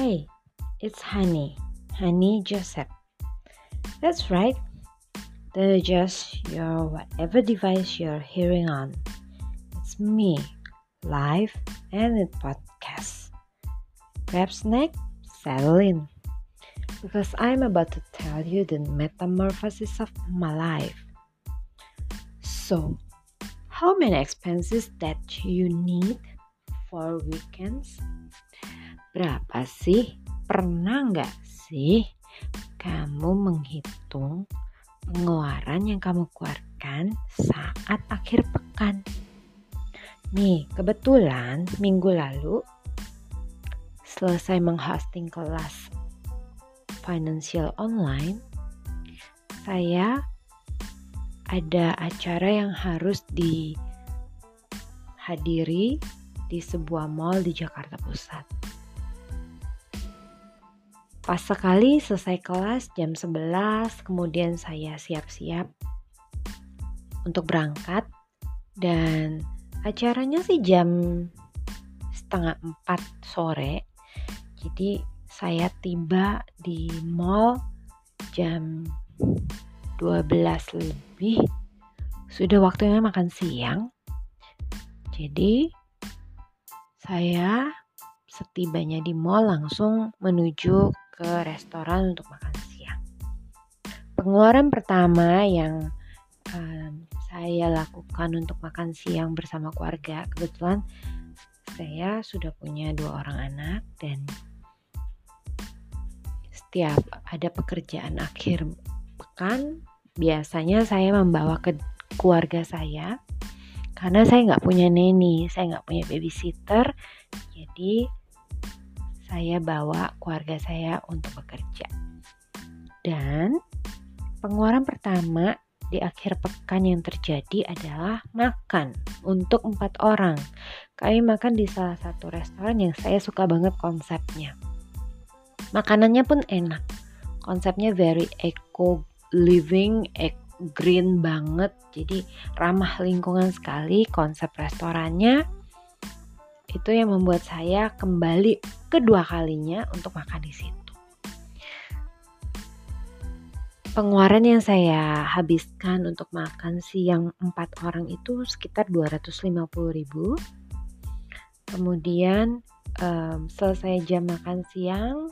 Hey, it's Honey Joseph. That's right. Just your whatever device you're hearing on. It's me, live and in podcast. Grab snack, settle in. Because I'm about to tell you the metamorphosis of my life. So, how many expenses that you need for weekends? Berapa sih? Pernah nggak sih kamu menghitung pengeluaran yang kamu keluarkan saat akhir pekan? Nih, kebetulan minggu lalu selesai menghosting kelas financial online, saya ada acara yang harus dihadiri di sebuah mall di Jakarta Pusat. Pas sekali selesai kelas jam 11, kemudian saya siap-siap untuk berangkat dan acaranya sih jam 3:30 sore. Jadi saya tiba di mall jam 12 lebih. Sudah waktunya makan siang. Jadi saya setibanya di mall langsung menuju ke restoran untuk makan siang. Pengeluaran pertama yang saya lakukan untuk makan siang bersama keluarga, kebetulan saya sudah punya 2 orang anak dan setiap ada pekerjaan akhir pekan biasanya saya membawa ke keluarga saya karena saya nggak punya neni, saya nggak punya babysitter, jadi saya bawa keluarga saya untuk bekerja. Dan pengeluaran pertama di akhir pekan yang terjadi adalah makan untuk 4 orang. Kami makan di salah satu restoran yang saya suka banget konsepnya. Makanannya pun enak. Konsepnya very eco living, green banget. Jadi ramah lingkungan sekali konsep restorannya. Itu yang membuat saya kembali kedua kalinya untuk makan di situ. Pengeluaran yang saya habiskan untuk makan siang 4 orang itu sekitar 250.000. Kemudian selesai jam makan siang,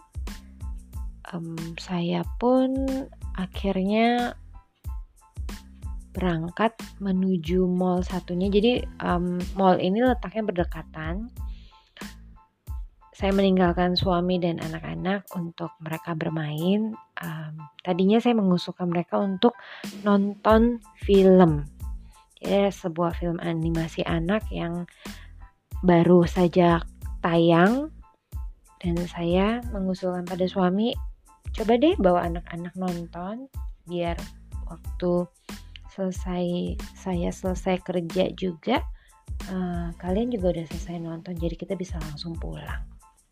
saya pun akhirnya berangkat menuju mall satunya. Jadi mall ini letaknya berdekatan. Saya meninggalkan suami dan anak-anak untuk mereka bermain. Tadinya saya mengusulkan mereka untuk nonton film. Jadi sebuah film animasi anak yang baru saja tayang. Dan saya mengusulkan pada suami, coba deh bawa anak-anak nonton biar waktu saya selesai kerja juga kalian juga udah selesai nonton, jadi kita bisa langsung pulang.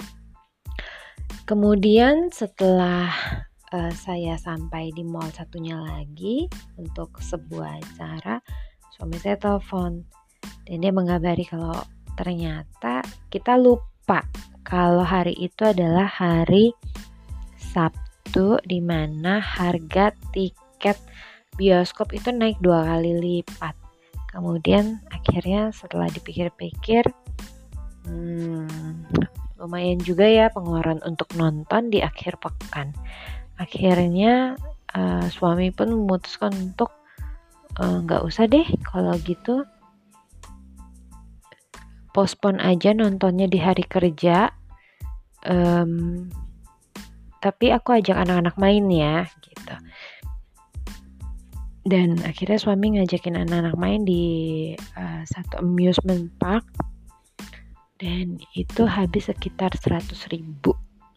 Kemudian setelah saya sampai di mall satunya lagi untuk sebuah acara, suami saya telepon dan dia mengabari kalau ternyata kita lupa kalau hari itu adalah hari Sabtu, di mana harga tiket bioskop itu naik 2 kali lipat. Kemudian akhirnya setelah dipikir-pikir, lumayan juga ya pengeluaran untuk nonton di akhir pekan. Akhirnya suami pun memutuskan untuk gak usah deh kalau gitu, postpone aja nontonnya di hari kerja. Tapi aku ajak anak-anak main ya gitu. Dan akhirnya suami ngajakin anak-anak main di satu amusement park. Dan itu habis sekitar 100.000.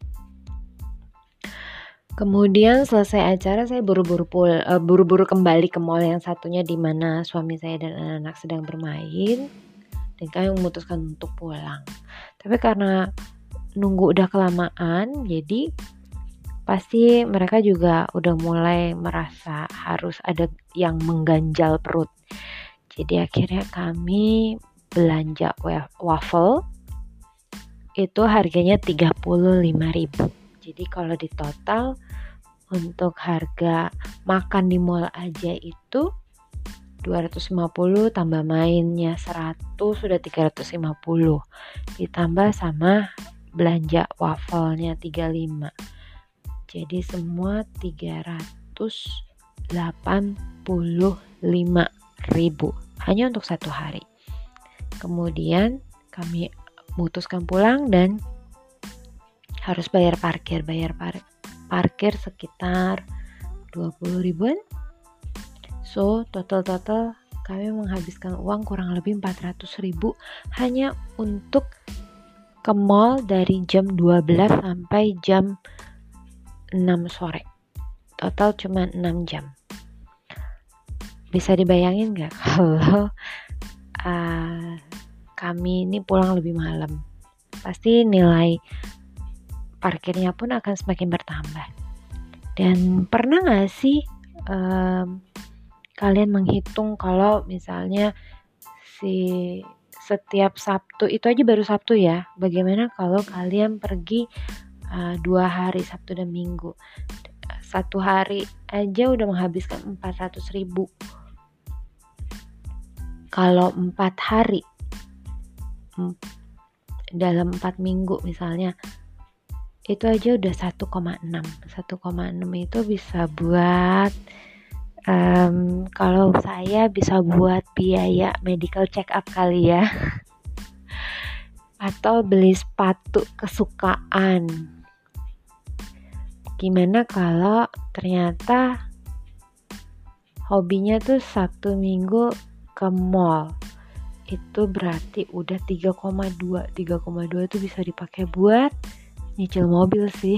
Kemudian selesai acara saya buru-buru kembali ke mall yang satunya di mana suami saya dan anak-anak sedang bermain. Dan kami memutuskan untuk pulang. Tapi karena nunggu udah kelamaan, jadi pasti mereka juga udah mulai merasa harus ada yang mengganjal perut. Jadi akhirnya kami belanja waffle itu harganya 35.000. Jadi kalau di total untuk harga makan di mall aja itu 250 tambah mainnya 100 sudah 350. Ditambah sama belanja wafelnya 35. Jadi semua 385.000 hanya untuk satu hari. Kemudian kami memutuskan pulang dan harus bayar parkir sekitar 20 ribuan. So total kami menghabiskan uang kurang lebih 400.000 hanya untuk ke mall dari jam 12 sampai jam 6 sore. Total cuma 6 jam. Bisa dibayangin gak kalau kami ini pulang lebih malam? Pasti nilai parkirnya pun akan semakin bertambah. Dan pernah gak sih kalian menghitung kalau misalnya setiap Sabtu, itu aja baru Sabtu ya, bagaimana kalau kalian pergi 2 hari Sabtu dan Minggu, satu hari aja udah menghabiskan 400.000. Kalau 4 hari dalam 4 minggu misalnya, itu aja udah 1,6 itu bisa buat kalau saya bisa buat biaya medical check up kali ya atau beli sepatu kesukaan. Gimana kalau ternyata hobinya tuh Sabtu Minggu ke mall, itu berarti udah 3,2 itu bisa dipakai buat nyicil mobil sih.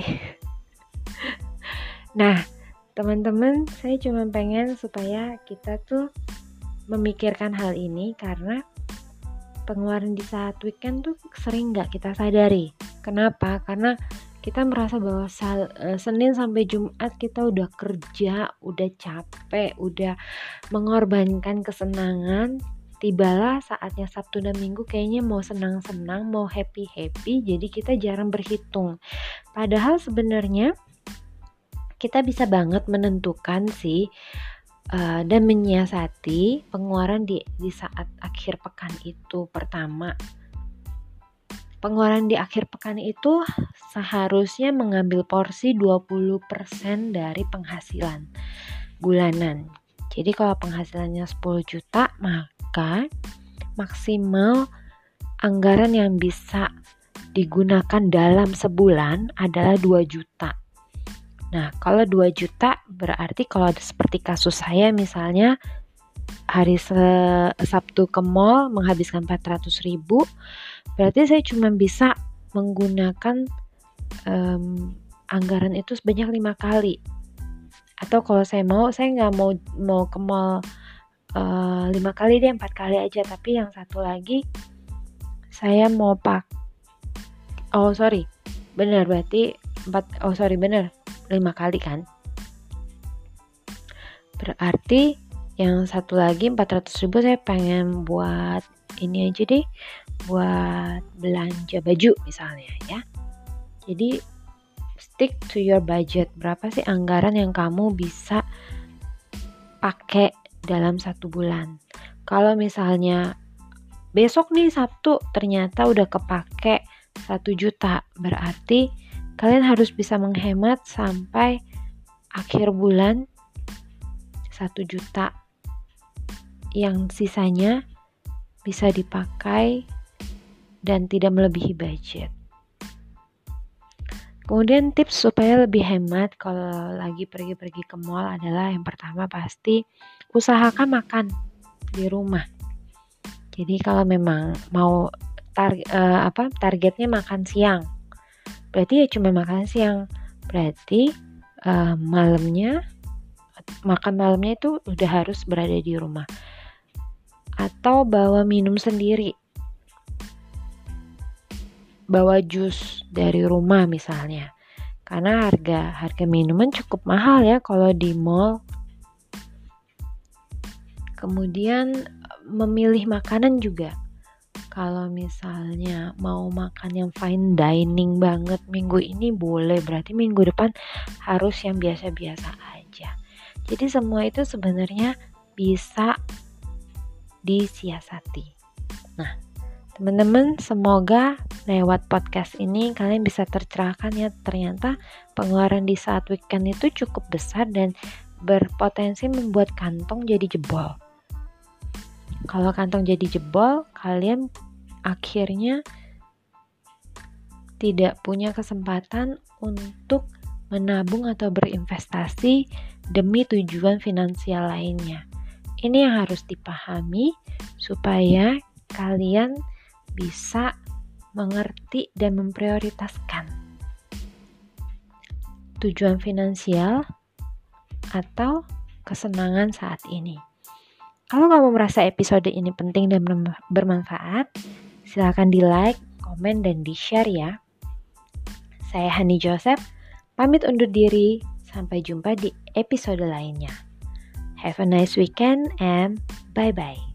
Nah teman-teman, saya cuma pengen supaya kita tuh memikirkan hal ini, karena pengeluaran di saat weekend tuh sering gak kita sadari. Kenapa? Karena kita merasa bahwa Senin sampai Jumat kita udah kerja, udah capek, udah mengorbankan kesenangan. Tibalah saatnya Sabtu dan Minggu kayaknya mau senang-senang, mau happy-happy, jadi kita jarang berhitung. Padahal sebenarnya kita bisa banget menentukan sih dan menyiasati pengeluaran di saat akhir pekan itu. Pertama, pengeluaran di akhir pekan itu seharusnya mengambil porsi 20% dari penghasilan bulanan. Jadi kalau penghasilannya 10 juta, maka maksimal anggaran yang bisa digunakan dalam sebulan adalah 2 juta. Nah, kalau 2 juta berarti kalau seperti kasus saya misalnya hari Sabtu ke mall menghabiskan 400.000, berarti saya cuma bisa menggunakan anggaran itu sebanyak 5 kali. Atau kalau saya nggak mau ke mall 5 kali deh, 4 kali aja. Tapi yang satu lagi saya mau bener 5 kali kan. Berarti yang satu lagi 400.000 saya pengen buat ini aja deh, buat belanja baju misalnya ya. Jadi stick to your budget. Berapa sih anggaran yang kamu bisa pakai dalam satu bulan? Kalau misalnya besok nih Sabtu ternyata udah kepake 1 juta, berarti kalian harus bisa menghemat sampai akhir bulan 1 juta. Yang sisanya bisa dipakai dan tidak melebihi budget. Kemudian tips supaya lebih hemat kalau lagi pergi-pergi ke mall adalah yang pertama pasti usahakan makan di rumah. Jadi kalau memang mau targetnya makan siang, berarti ya cuma makan siang. Berarti makan malamnya itu udah harus berada di rumah. Atau bawa minum sendiri, bawa jus dari rumah misalnya, karena harga minuman cukup mahal ya kalau di mall. Kemudian memilih makanan juga, Kalau misalnya mau makan yang fine dining banget minggu ini boleh, berarti minggu depan harus yang biasa-biasa aja. Jadi semua itu sebenarnya bisa disiasati. Nah, teman-teman, semoga lewat podcast ini kalian bisa tercerahkan ya, ternyata pengeluaran di saat weekend itu cukup besar dan berpotensi membuat kantong jadi jebol. Kalau kantong jadi jebol, kalian akhirnya tidak punya kesempatan untuk menabung atau berinvestasi demi tujuan finansial lainnya. Ini yang harus dipahami supaya kalian bisa mengerti dan memprioritaskan tujuan finansial atau kesenangan saat ini. Kalau kamu merasa episode ini penting dan bermanfaat, silakan di-like, komen, dan di-share ya. Saya Hani Joseph, pamit undur diri. Sampai jumpa di episode lainnya. Have a nice weekend and bye-bye.